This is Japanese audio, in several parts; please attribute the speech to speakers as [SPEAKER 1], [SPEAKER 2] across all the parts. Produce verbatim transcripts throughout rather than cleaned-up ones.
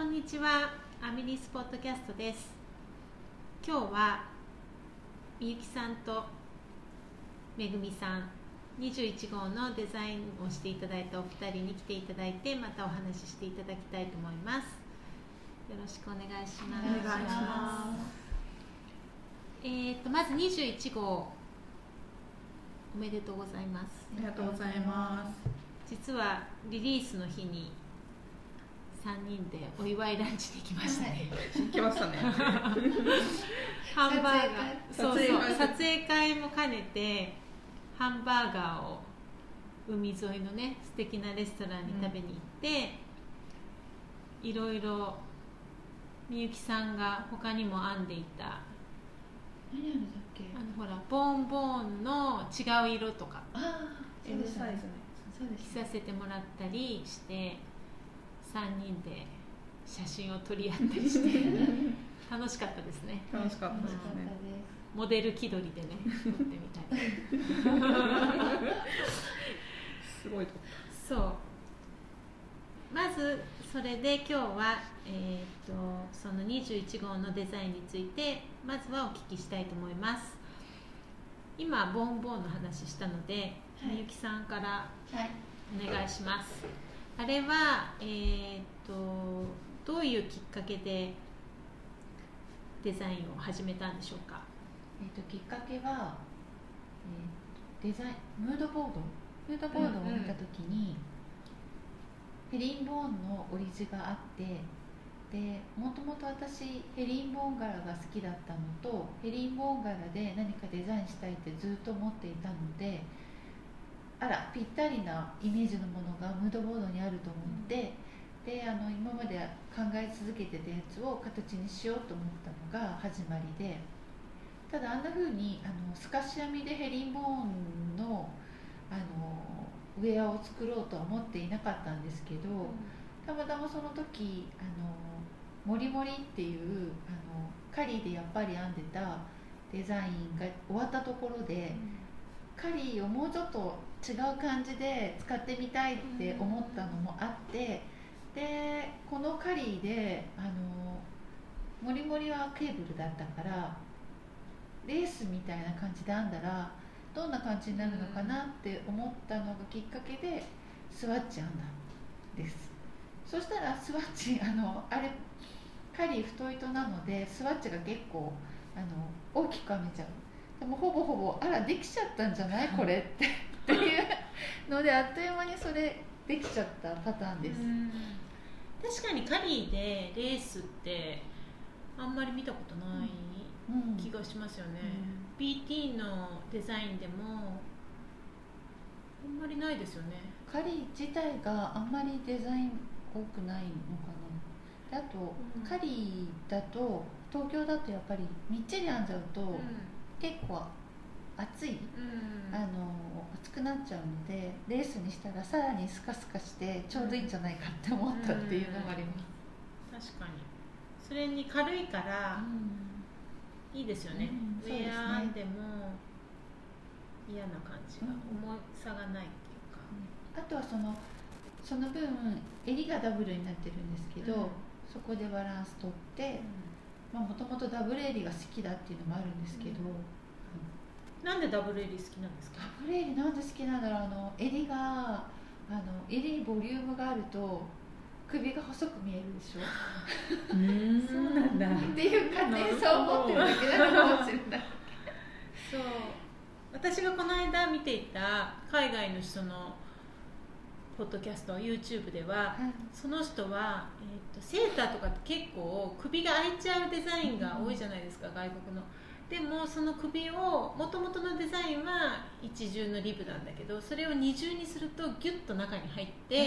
[SPEAKER 1] こんにちは。アミリスポッドキャストです。今日はみゆきさんとめぐみさん、にじゅういち号のデザインをしていただいたお二人に来ていただいて、またお話ししていただきたいと思います。よろしくお願いします。
[SPEAKER 2] お願いします。
[SPEAKER 1] えーと、まずにじゅういち号おめでとうございます。
[SPEAKER 2] ありがとうございます。
[SPEAKER 1] 実はリリースの日にさんにんでお祝いランチに行きましたね。
[SPEAKER 2] 行きましたね。
[SPEAKER 1] ハンバーガー、そうそう、
[SPEAKER 2] 撮
[SPEAKER 1] 撮影会も兼ねてハンバーガーを海沿いのね素敵なレストランに食べに行って、うん、いろいろみゆきさんが他にも編んでいた
[SPEAKER 3] 何あるんだっけ、
[SPEAKER 1] あのほらボンボンの違う色とか
[SPEAKER 3] あー、そう
[SPEAKER 2] L
[SPEAKER 3] です
[SPEAKER 2] サイズね。
[SPEAKER 3] そうです
[SPEAKER 1] 着させてもらったりしてさんにんで写真を撮り合ったりして楽しかったですね。
[SPEAKER 2] 楽しかったです
[SPEAKER 3] 楽しかった
[SPEAKER 2] ね。
[SPEAKER 3] です。
[SPEAKER 1] モデル気取りでね撮ってみたい
[SPEAKER 2] すごい。
[SPEAKER 1] そうまずそれで今日は、えー、とそのにじゅういち号のデザインについてまずはお聞きしたいと思います。今ボンボンの話したので、
[SPEAKER 3] はい、
[SPEAKER 1] みゆきさんから
[SPEAKER 3] はい、
[SPEAKER 1] お願いします。あれは、えー、とどういうきっかけでデザインを始めたんでしょうか。
[SPEAKER 3] えっ、ときっかけは、えー、デザインムードボードムードボードを見たときに、うんうん、ヘリンボーンの折り地があって、でもともと私ヘリンボーン柄が好きだったのと、ヘリンボーン柄で何かデザインしたいってずっと思っていたので、あらぴったりなイメージのものがムードボードにあると思って、うん、であの今まで考え続けてたやつを形にしようと思ったのが始まりで、ただあんな風にあの透かし編みでヘリンボーンのあのウェアを作ろうとは思っていなかったんですけど、うん、たまたまその時あのモリモリっていうあのカリーでやっぱり編んでたデザインが終わったところで、うん、カリーをもうちょっと違う感じで使ってみたいって思ったのもあって、でこのカリーであのモリモリはケーブルだったからレースみたいな感じで編んだらどんな感じになるのかなって思ったのがきっかけでスワッチ編んだんです。そしたらスワッチあのあれカリー太い糸なのでスワッチが結構あの大きく編めちゃう。でもほぼほぼあらできちゃったんじゃないこれってっていうのであっという間にそれできちゃったパターンです。
[SPEAKER 1] 確かにカリーでレースってあんまり見たことない気がしますよね、うん、ビーティー のデザインでもあんまりないですよね。
[SPEAKER 3] カリー自体があんまりデザイン多くないのかな。であと、うん、カリーだと東京だとやっぱりみっちり編んじゃうと、うん、結構熱い、うん、あの熱くなっちゃうのでレースにしたらさらにスカスカしてちょうどいいんじゃないかって思ったっていうのがあります、
[SPEAKER 1] うん、確かにそれに軽いから、うん、いいですよね、うん、ウェア編んでも嫌な感じが、うん、重さがないっていうか、
[SPEAKER 3] うん、あとはそのその分襟がダブルになってるんですけど、うん、そこでバランス取ってもともとダブル襟が好きだっていうのもあるんですけど、うん、
[SPEAKER 1] なんでダブル襟好きなんですか。
[SPEAKER 3] ダブル襟なんで好きなんだろう。あの襟があの襟にボリュームがあると首が細く見えるでしょ
[SPEAKER 1] うーんそうなんだ
[SPEAKER 3] っていう勝手にそう思ってるだけなのかもしれない
[SPEAKER 1] そう私がこの間見ていた海外の人のポッドキャスト YouTube では、うん、その人は、えー、とセーターとかって結構首が開いちゃうデザインが多いじゃないですか、うん、外国の。でもその首をもともとのデザインは一重のリブなんだけど、それを二重にするとギュッと中に入って、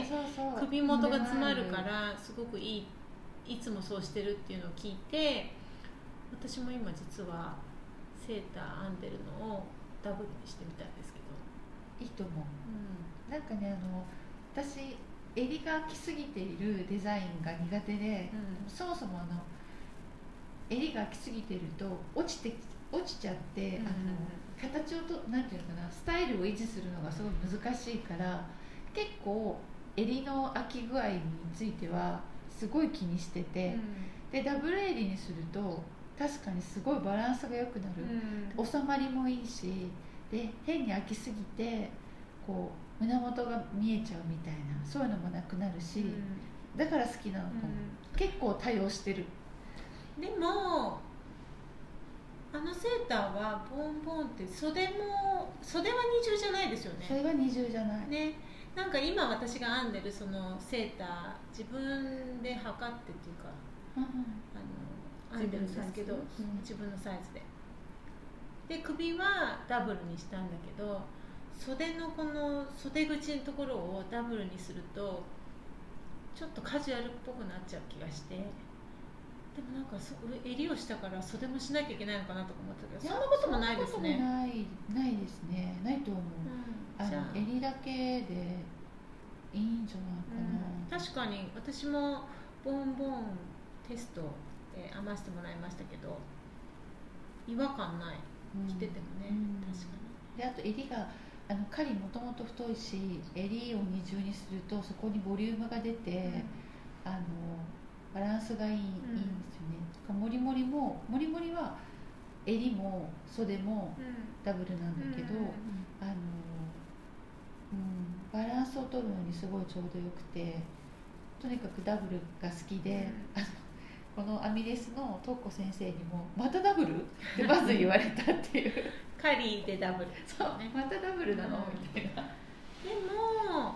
[SPEAKER 3] そうそう
[SPEAKER 1] 首元が詰まるからすごくいい、いつもそうしてるっていうのを聞いて、私も今実はセーター編んでるのをダブルにしてみたんですけど
[SPEAKER 3] いいと思う、うん、なんかねあの私襟が来すぎているデザインが苦手で、うん、そもそもあの襟が来すぎてると落ちて落ちちゃって、うん、あの形をとなんていうのかなスタイルを維持するのがすごい難しいから、結構襟の開き具合についてはすごい気にしてて、でダブル襟にすると確かにすごいバランスが良くなる、
[SPEAKER 1] うん、
[SPEAKER 3] 収まりもいいし、で変に開きすぎてこう胸元が見えちゃうみたいな、そういうのもなくなるし、
[SPEAKER 1] うん
[SPEAKER 3] だから好きなのかも、
[SPEAKER 1] うん、
[SPEAKER 3] 結構多用してる。
[SPEAKER 1] でもあのセーターはボンボンって袖も袖は二重じゃないですよね。
[SPEAKER 3] それが二重じゃない
[SPEAKER 1] ね、なんか今私が編んでるそのセーター自分で測ってっていうか、
[SPEAKER 3] うんうん、
[SPEAKER 1] あの編んでるんですけど、自分のサイズで、で首はダブルにしたんだけど、袖のこの袖口のところをダブルにするとちょっとカジュアルっぽくなっちゃう気がして、でもなんかそ襟をしたから袖もしなきゃいけないのかなとか思ったけど、そんなこともないですね。
[SPEAKER 3] そんなこともないないですね。ないと思う、うん、あの襟だけでいいんじゃないかな、
[SPEAKER 1] うん、確かに私もボンボンテストで編ませてもらいましたけど違和感ない、着ててもね、うん、確かに。
[SPEAKER 3] であと襟があの狩りもともと太いし、襟を二重にするとそこにボリュームが出て、うん、あのバランスがいい、うん、いいんですよね。モリモリもモリモリは襟も袖もダブルなんだけど、うん、あの、うん、バランスを取るのにすごいちょうどよくて、とにかくダブルが好きで、うん、あのこのアミレスのトッコ先生にもまたダブルってまず言われたっていう
[SPEAKER 1] カリーでダブル、
[SPEAKER 3] そう、ね、またダブルなの、うん、みたいな。
[SPEAKER 1] でも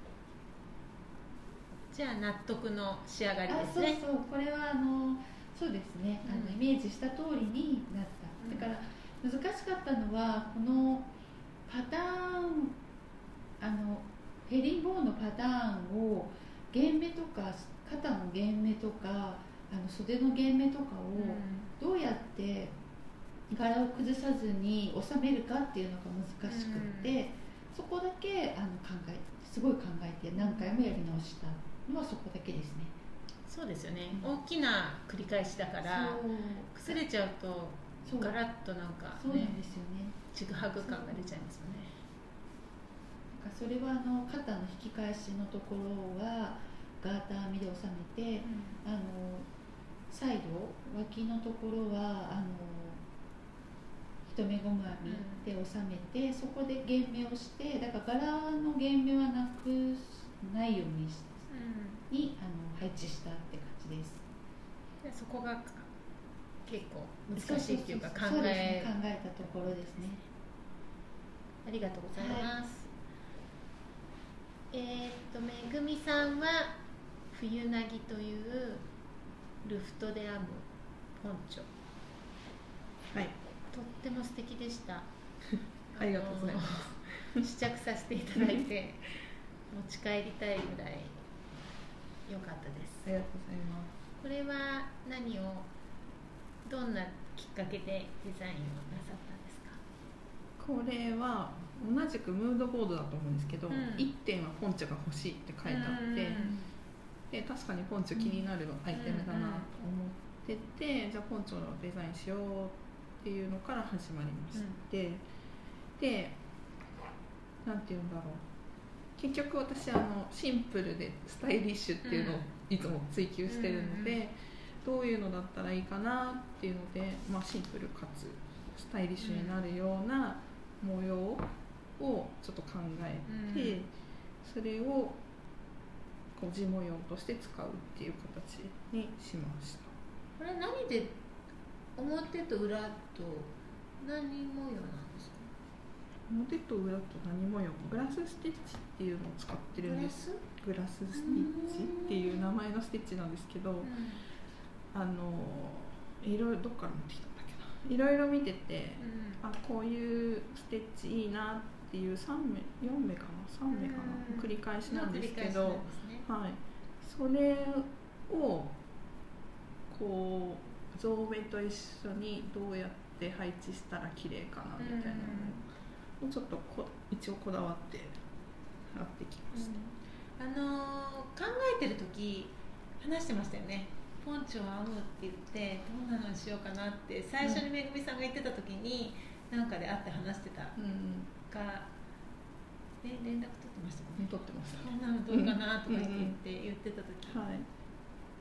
[SPEAKER 1] じゃあ納得の仕上がりですね。
[SPEAKER 3] あ、そうそう、これはあのそうですね、あの、うん、イメージした通りになった、うん、だから難しかったのはこのパターン、あのヘリンボーンのパターンを弦目とか肩の弦目とかあの袖の弦目とかをどうやって柄を崩さずに収めるかっていうのが難しくって、うん、そこだけあの考えすごい考えて何回もやり直したのはそこだけですね。
[SPEAKER 1] そうですよね、うん、大きな繰り返しだから崩れちゃうとガラッとなんか、ね、
[SPEAKER 3] そうなんですよね、
[SPEAKER 1] ちぐはぐ感が出ちゃいますよね。
[SPEAKER 3] なんかそれはあの肩の引き返しのところはガーター編みで収めて、うん、あのサイド脇のところはあの一目ゴム編みで収めて、うん、そこで弦目をして、だから柄の弦目はなくないようにして、うん、にあの配置したって感じです。
[SPEAKER 1] でそこが結構難しいっていうか考え、
[SPEAKER 3] 考えたところですね。
[SPEAKER 1] ありがとうございます。はい、えー、っとめぐみさんは冬なぎというルフトで編むポンチョ、
[SPEAKER 2] はい、
[SPEAKER 1] とっても素敵でした
[SPEAKER 2] ありがとうございます
[SPEAKER 1] 試着させていただいて持ち帰りたいぐらい良かったです。
[SPEAKER 2] ありがとうございます。
[SPEAKER 1] これは何をどんなきっかけでデザインをなさったんですか？
[SPEAKER 2] これは同じくムードボードだと思うんですけど、うん、いってんはポンチョが欲しいって書いてあって、で確かにポンチョ気になるアイテムだなと思ってて、うん、じゃあポンチョのデザインしようっていうのから始まりまして、うん、でなんていうんだろう、結局私あのシンプルでスタイリッシュっていうのをいつも追求してるので、うん、どういうのだったらいいかなっていうので、まあ、シンプルかつスタイリッシュになるような模様をちょっと考えて、うん、それをこう地模様として使うっていう形にしました。
[SPEAKER 1] これ何で表と裏と何模様なんですか？
[SPEAKER 2] 表と裏と何模様、グラスステッチっていうのを使ってるんです。グラスステッチっていう名前のステッチなんですけど、うん、あのいろいろどっから持ってきたんだっけな、いろいろ見てて、うん、あこういうステッチいいなっていうさんめよんめかなさんめかな、うん、繰り返しなんですけど、
[SPEAKER 1] ね、
[SPEAKER 2] はい、それをこう増目と一緒にどうやって配置したら綺麗かなみたいなのをちょっとこ一応こだわってやってきました。
[SPEAKER 1] うん、あのー、考えてる時話してましたよね。ポンチョを編むって言ってどんなのにしようかなって最初にめぐみさんが言ってた時に何かで会って話してたか、うん、え連絡取ってましたもんね。
[SPEAKER 2] 取ってました。
[SPEAKER 1] こんなのどうかなとか言って言ってた時、
[SPEAKER 2] はい、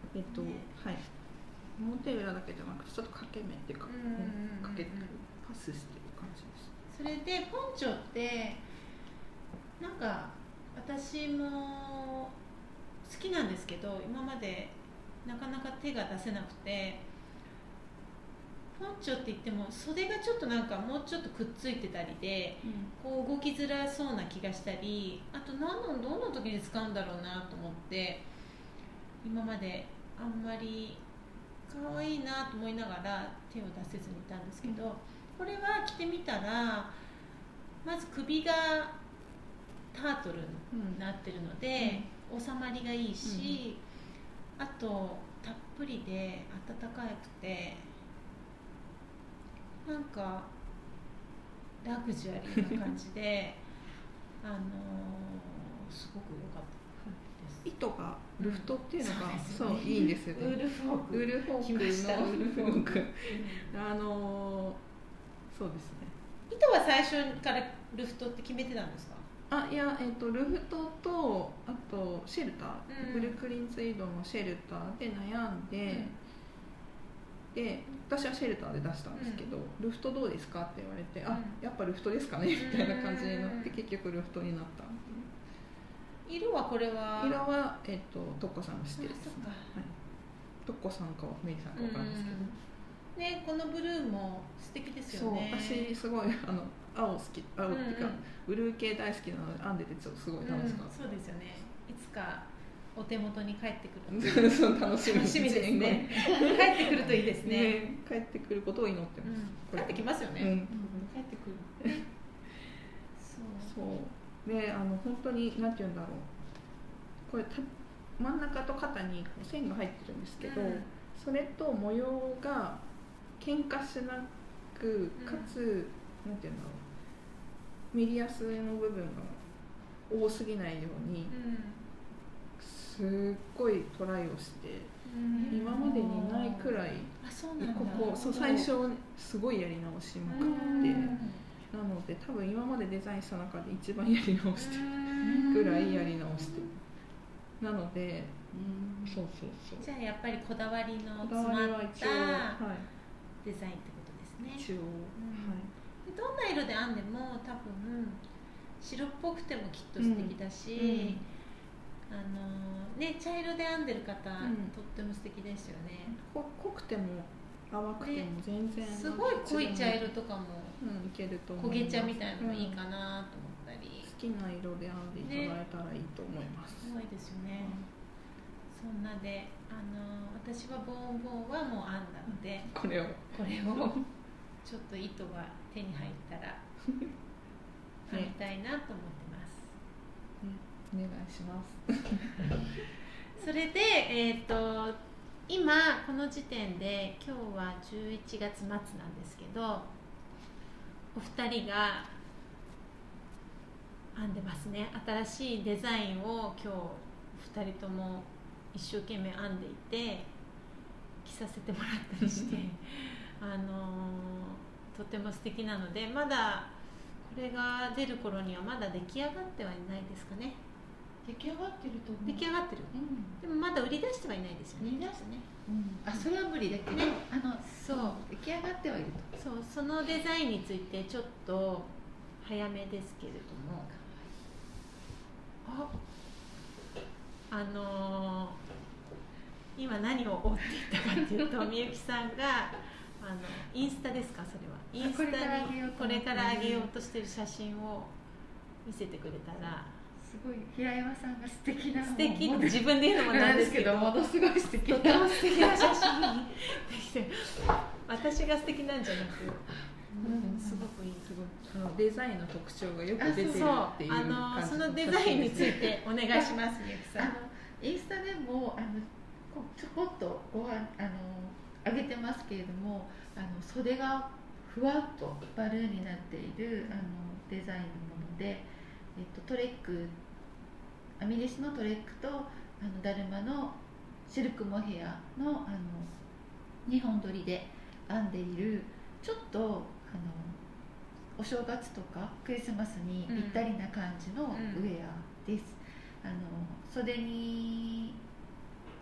[SPEAKER 2] えっと、
[SPEAKER 1] ね、
[SPEAKER 2] はい表裏だけじゃなくてちょっと掛け目っていうか、
[SPEAKER 1] うんうんうんうん、
[SPEAKER 2] かけてるパスしてる感じです。
[SPEAKER 1] それでポンチョってなんか私も好きなんですけど、今までなかなか手が出せなくて、ポンチョって言っても袖がちょっとなんかもうちょっとくっついてたりで、うん、こう動きづらそうな気がしたり、あと何のどんな時に使うんだろうなと思って今まであんまり可愛いなと思いながら手を出せずにいたんですけど、うん、これは着てみたらまず首がタートルになってるので、うん、収まりがいいし、うん、あとたっぷりで暖かくてなんかラグジュアリーな感じであのー、すごく良かったです。
[SPEAKER 2] 糸がルフトっていうのが、うん、そう、そういいんですよね。
[SPEAKER 1] ウールフォーク
[SPEAKER 2] ウールフォークのウールフォークあのー、そうですね。
[SPEAKER 1] 糸は最初からルフトって決めてたんですか？
[SPEAKER 2] あ、いや、えーと、ルフトとあとシェルター、うん、ブルックリンツイードのシェルターで悩んで、うんで私はシェルターで出したんですけど、うん、ルフトどうですかって言われて、うん、あ、やっぱルフトですかねみたいな感じになって結局ルフトになったんですね。
[SPEAKER 1] 色はこれは
[SPEAKER 2] 色は、えーと、トッコさんの知ってるですね、はい、トッコさんかメイさんか分からないですけど、
[SPEAKER 1] ね、このブルーも素敵ですよね。
[SPEAKER 2] そう、私すごいあの青好き、青っていうか、うんうん、ブルー系大好きなので編んでてちょっとすごい楽しかった、
[SPEAKER 1] うん、そうですよね。いつかお手元に帰ってくる
[SPEAKER 2] そう楽しみ
[SPEAKER 1] 楽しみですね帰ってくるといいですね。
[SPEAKER 2] ね、帰ってくることを祈ってます、
[SPEAKER 1] うん、帰ってきますよね、
[SPEAKER 2] うん、
[SPEAKER 1] 帰ってくる
[SPEAKER 2] そうそうで、あの本当になんて言うんだろう、これた真ん中と肩に線が入ってるんですけど、うん、それと模様が喧嘩しなくかつ、うん、なんて言うんだろう、ミリアスの部分が多すぎないように、うんすっごいトライをして、今までにないくらいここそう最初すごいやり直しまくってなので多分今までデザインした中で一番やり直してるぐらいやり直してるなので、そうそうそう、
[SPEAKER 1] じゃあやっぱりこだわりの詰まったデザインってことですね。
[SPEAKER 2] 一応、
[SPEAKER 1] はい、どんな色で編んでも多分白っぽくてもきっと素敵だし、うんうんあのね、茶色で編んでる方、うん、とっても素敵ですよね。
[SPEAKER 2] 濃くても淡くても全然、ね、
[SPEAKER 1] すごい濃い茶色とかも、
[SPEAKER 2] うん、いけると思
[SPEAKER 1] います。焦げ茶みたいなのもいいかなと思ったり、
[SPEAKER 2] うん、好きな色で編んでいただいたらいいと思います。
[SPEAKER 1] すごいですよね、うん、そんなであの私はボーンボーンはもう編んだので
[SPEAKER 2] これを
[SPEAKER 1] これをちょっと糸が手に入ったら編みたいなと思ってます、
[SPEAKER 2] ねお願いします
[SPEAKER 1] それで、えー、と今この時点で今日はじゅういちがつ末なんですけどお二人が編んでますね。新しいデザインを今日ふたりとも一生懸命編んでいて着させてもらったりしてあのー、とても素敵なのでまだこれが出る頃にはまだ出来上がってはいないですかね。
[SPEAKER 3] 出来上がってると思う。
[SPEAKER 1] 出来上がってる、うん、でもまだ売り出してはいないですよね。
[SPEAKER 3] 売り出すね、うん、あそれは無理だけど、ね、あのそう出来上がってはいると。
[SPEAKER 1] そうそのデザインについてちょっと早めですけれども、ああのー、今何を追っていたかっていうとみゆきさんがあのインスタですか、それはインスタにこれから上げようとしている写真を見せてくれたら
[SPEAKER 3] すごい平山さんが素敵な
[SPEAKER 1] 素敵って自分で言うのもなんですけど
[SPEAKER 3] ものすごい素敵な
[SPEAKER 1] とても素敵な写真にできて私が素敵なんじゃなく、うん、すごくいいすごい
[SPEAKER 2] あのデザインの特徴がよく出てるっていう
[SPEAKER 1] 感じの写真ですね。あのそのデザインについてお願いしますみゆきさん。
[SPEAKER 3] あのインスタでもあのちょこっとごはんあの上げてますけれどもあの袖がふわっとバルーンになっているあのデザインのもので、えっと、トレック編み出しのトレックとあのだるまのシルクモヘアのあのにほん取りで編んでいるちょっとあのお正月とかクリスマスにぴったりな感じのウェアです、うんうん、あの袖に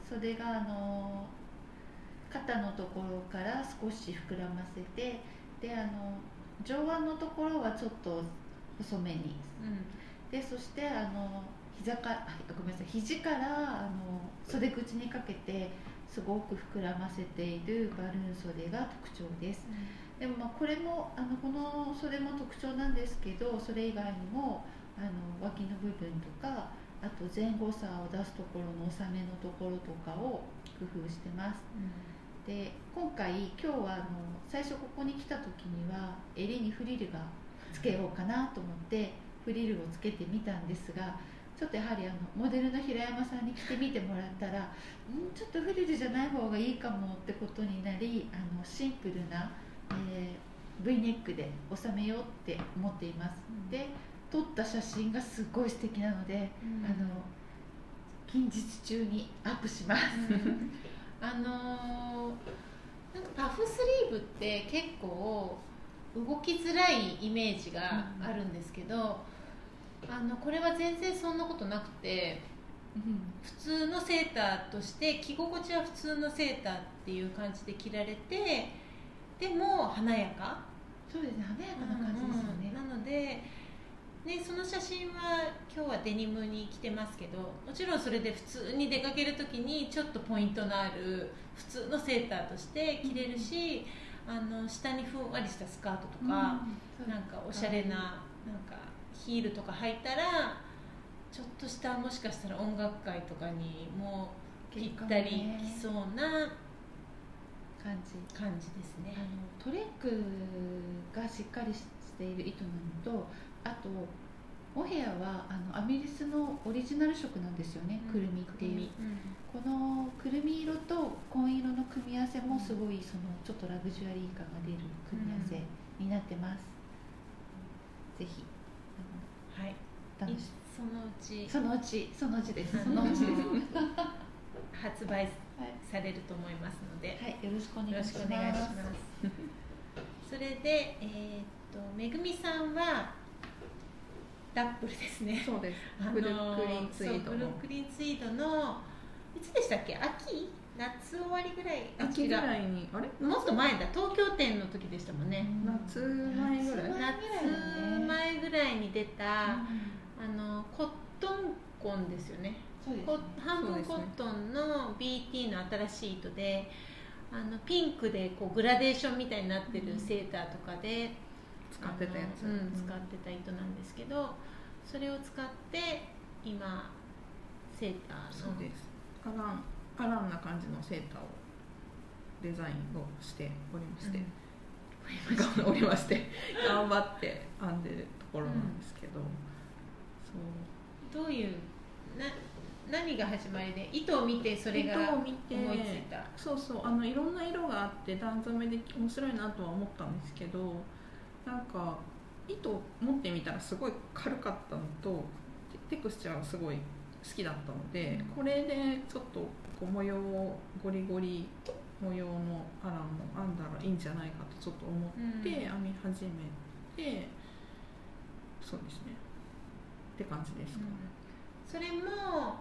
[SPEAKER 3] 袖があの肩のところから少し膨らませて、であの上腕のところはちょっと細めに、うん、でそしてあの膝かごめんなさい肘からあの袖口にかけてすごく膨らませているバルーン袖が特徴です、うん、でもまあこれもあのこの袖も特徴なんですけど、それ以外にもあの脇の部分とか、あと前後差を出すところの収めのところとかを工夫してます、うん、で今回今日はあの最初ここに来た時には襟にフリルがつけようかなと思ってフリルをつけてみたんですが、ちょっとやはりあのモデルの平山さんに着てみてもらったらんちょっとフリルじゃない方がいいかもってことになり、あのシンプルな、えー、V ネックで収めようって思っています、うん、で撮った写真がすごい素敵なので、うん、あの近日中にアップします、うん、
[SPEAKER 1] あのー、なんかパフスリーブって結構動きづらいイメージがあるんですけど、うん、あのこれは全然そんなことなくて、うん、普通のセーターとして着心地は普通のセーターっていう感じで着られて、でも華やか、
[SPEAKER 3] そうですね、華やかな感じですよね、
[SPEAKER 1] うん、なのでね、その写真は今日はデニムに着てますけど、もちろんそれで普通に出かけるときにちょっとポイントのある普通のセーターとして着れるし、うん、あの下にふんわりしたスカートとか、うん、なんかおしゃれな、なんかヒールとか履いたらちょっとしたもしかしたら音楽会とかにもぴったりきそうな感じ感じですね。
[SPEAKER 3] あのトレックがしっかりしている糸なのと、あとモヘアはあのアミリスのオリジナル色なんですよね、うん、くるみっていう、うん、このくるみ色と紺色の組み合わせもすごいそのちょっとラグジュアリー感が出る組み合わせになってます、うん、ぜひ
[SPEAKER 1] はい、楽しそのうち
[SPEAKER 3] そのうちそのうちですそのうちです
[SPEAKER 1] 発売されると思いますので、
[SPEAKER 3] はい、よろしくお願いします。
[SPEAKER 1] それで、えー、っとめぐみさんはダッブルですね。
[SPEAKER 2] そうです。ブルックリンツイードの。
[SPEAKER 1] ブルックリンツイードのいつでしたっけ？秋？夏終わりぐらい？
[SPEAKER 2] 秋ぐらいにあれ？
[SPEAKER 1] もっと前だ。東京店の時でしたもんね。
[SPEAKER 2] 夏前ぐらい。
[SPEAKER 1] 夏前ぐらいに出た、うん、あのコットンコンですよね。
[SPEAKER 3] そうですね。
[SPEAKER 1] 半分コットンの ビーティー の新しい糸で、あのピンクでこうグラデーションみたいになってるセーターとかで。
[SPEAKER 2] 使ってたやつ、
[SPEAKER 1] うん、使ってた糸なんですけど、それを使って今セーターの
[SPEAKER 2] そうですアランアランな感じのセーターをデザインをしておりまして、うん、おりまして頑張って編んでるところなんですけど、うん、
[SPEAKER 1] そうどういうな何が始まりで糸を見てそれが思いついた。
[SPEAKER 2] そうそうあのいろんな色があって段染めで面白いなとは思ったんですけど、なんか糸を持ってみたらすごい軽かったのとテクスチャーがすごい好きだったので、これでちょっとこう模様をゴリゴリ模様のアランも編んだらいいんじゃないかとちょっと思って編み始めて、そうですねって感じですかね、
[SPEAKER 1] うん、それも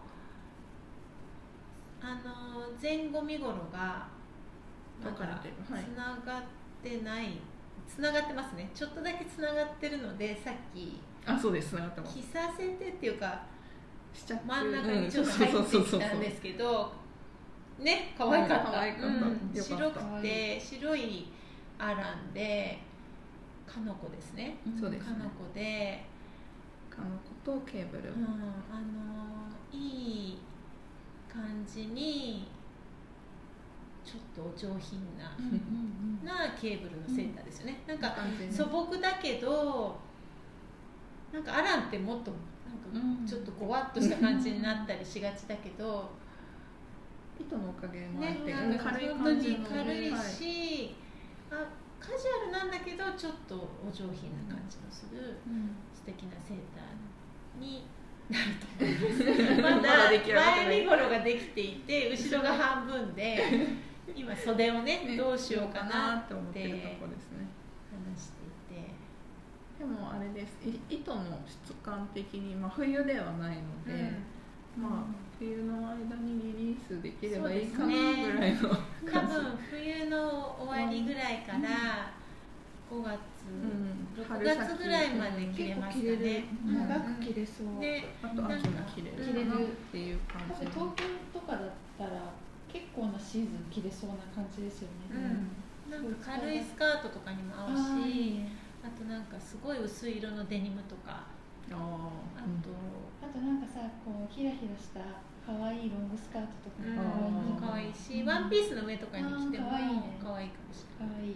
[SPEAKER 1] あの前後身ごろが
[SPEAKER 2] 分かれてる、
[SPEAKER 1] はい、つながってないつながってますね。ちょっとだけつながってるので、さっき
[SPEAKER 2] あそうですつながってます。
[SPEAKER 1] 着させてっていうか
[SPEAKER 2] 真
[SPEAKER 1] ん中にちょっと入ってきたんですけど、ね可愛かった。可愛かった、うん、白くて白いアランでカノコですね。
[SPEAKER 2] そうですね。
[SPEAKER 1] カノコで
[SPEAKER 2] カノコとケーブル。
[SPEAKER 1] うん、あのいい感じに。ちょっとお上品な、うんうんうん、なケーブルのセーターですよね、うん、なんか素朴だけどなんかアランってもっとなんかちょっとごわっとした感じになったりしがちだけど、
[SPEAKER 2] 糸のおかげもあって、
[SPEAKER 1] ね、軽い感じの軽いし、はい、あカジュアルなんだけどちょっとお上品な感じのする、うん、素敵なセーターになると思います。まだ前身ごろができていて後ろが半分で今袖を ね, ねどうしようかなって思ってるとこですね話していて、
[SPEAKER 2] でもあれです糸の質感的に、まあ、冬ではないので、うん、 まあ冬の間にリリースできればいいかなぐらいの
[SPEAKER 1] 多分冬の終わりぐらいからごがつ、うん、ろくがつぐらいまで切れますかね。
[SPEAKER 3] 長く切れそう。
[SPEAKER 2] で、あと秋も切れる
[SPEAKER 3] 切れる
[SPEAKER 2] っていう感じ。
[SPEAKER 3] 東京とかだったら結構なシーズン切れそうな感じですよね。
[SPEAKER 1] うん、なんか軽いスカートとかにも合うし、あとなんかすごい薄い色のデニムとか、あと、
[SPEAKER 3] あとなんかさ、こうヒラヒラした可愛いロングスカートとか
[SPEAKER 1] も可愛いし、ワンピースの上とかに着ても可愛いかもしれない。可愛い。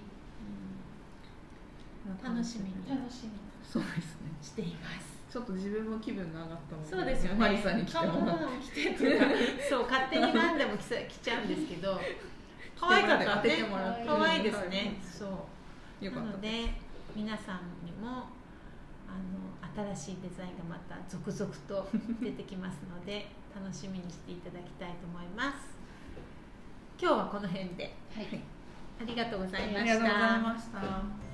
[SPEAKER 1] 楽しみに
[SPEAKER 3] 楽しみ
[SPEAKER 2] そうですね
[SPEAKER 1] しています。
[SPEAKER 2] ちょっと自分も気分が上がったので、
[SPEAKER 1] そうですよね。
[SPEAKER 2] マリさんに来てもらって
[SPEAKER 1] 来てというかそう勝手に何でも着ちゃうんですけど、可愛かったね。可愛いですね。そうよかった。なので皆さんにもあの新しいデザインがまた続々と出てきますので楽しみにしていただきたいと思います。今日はこの辺で、はい、ありがとうございました。
[SPEAKER 2] ありがとうございました。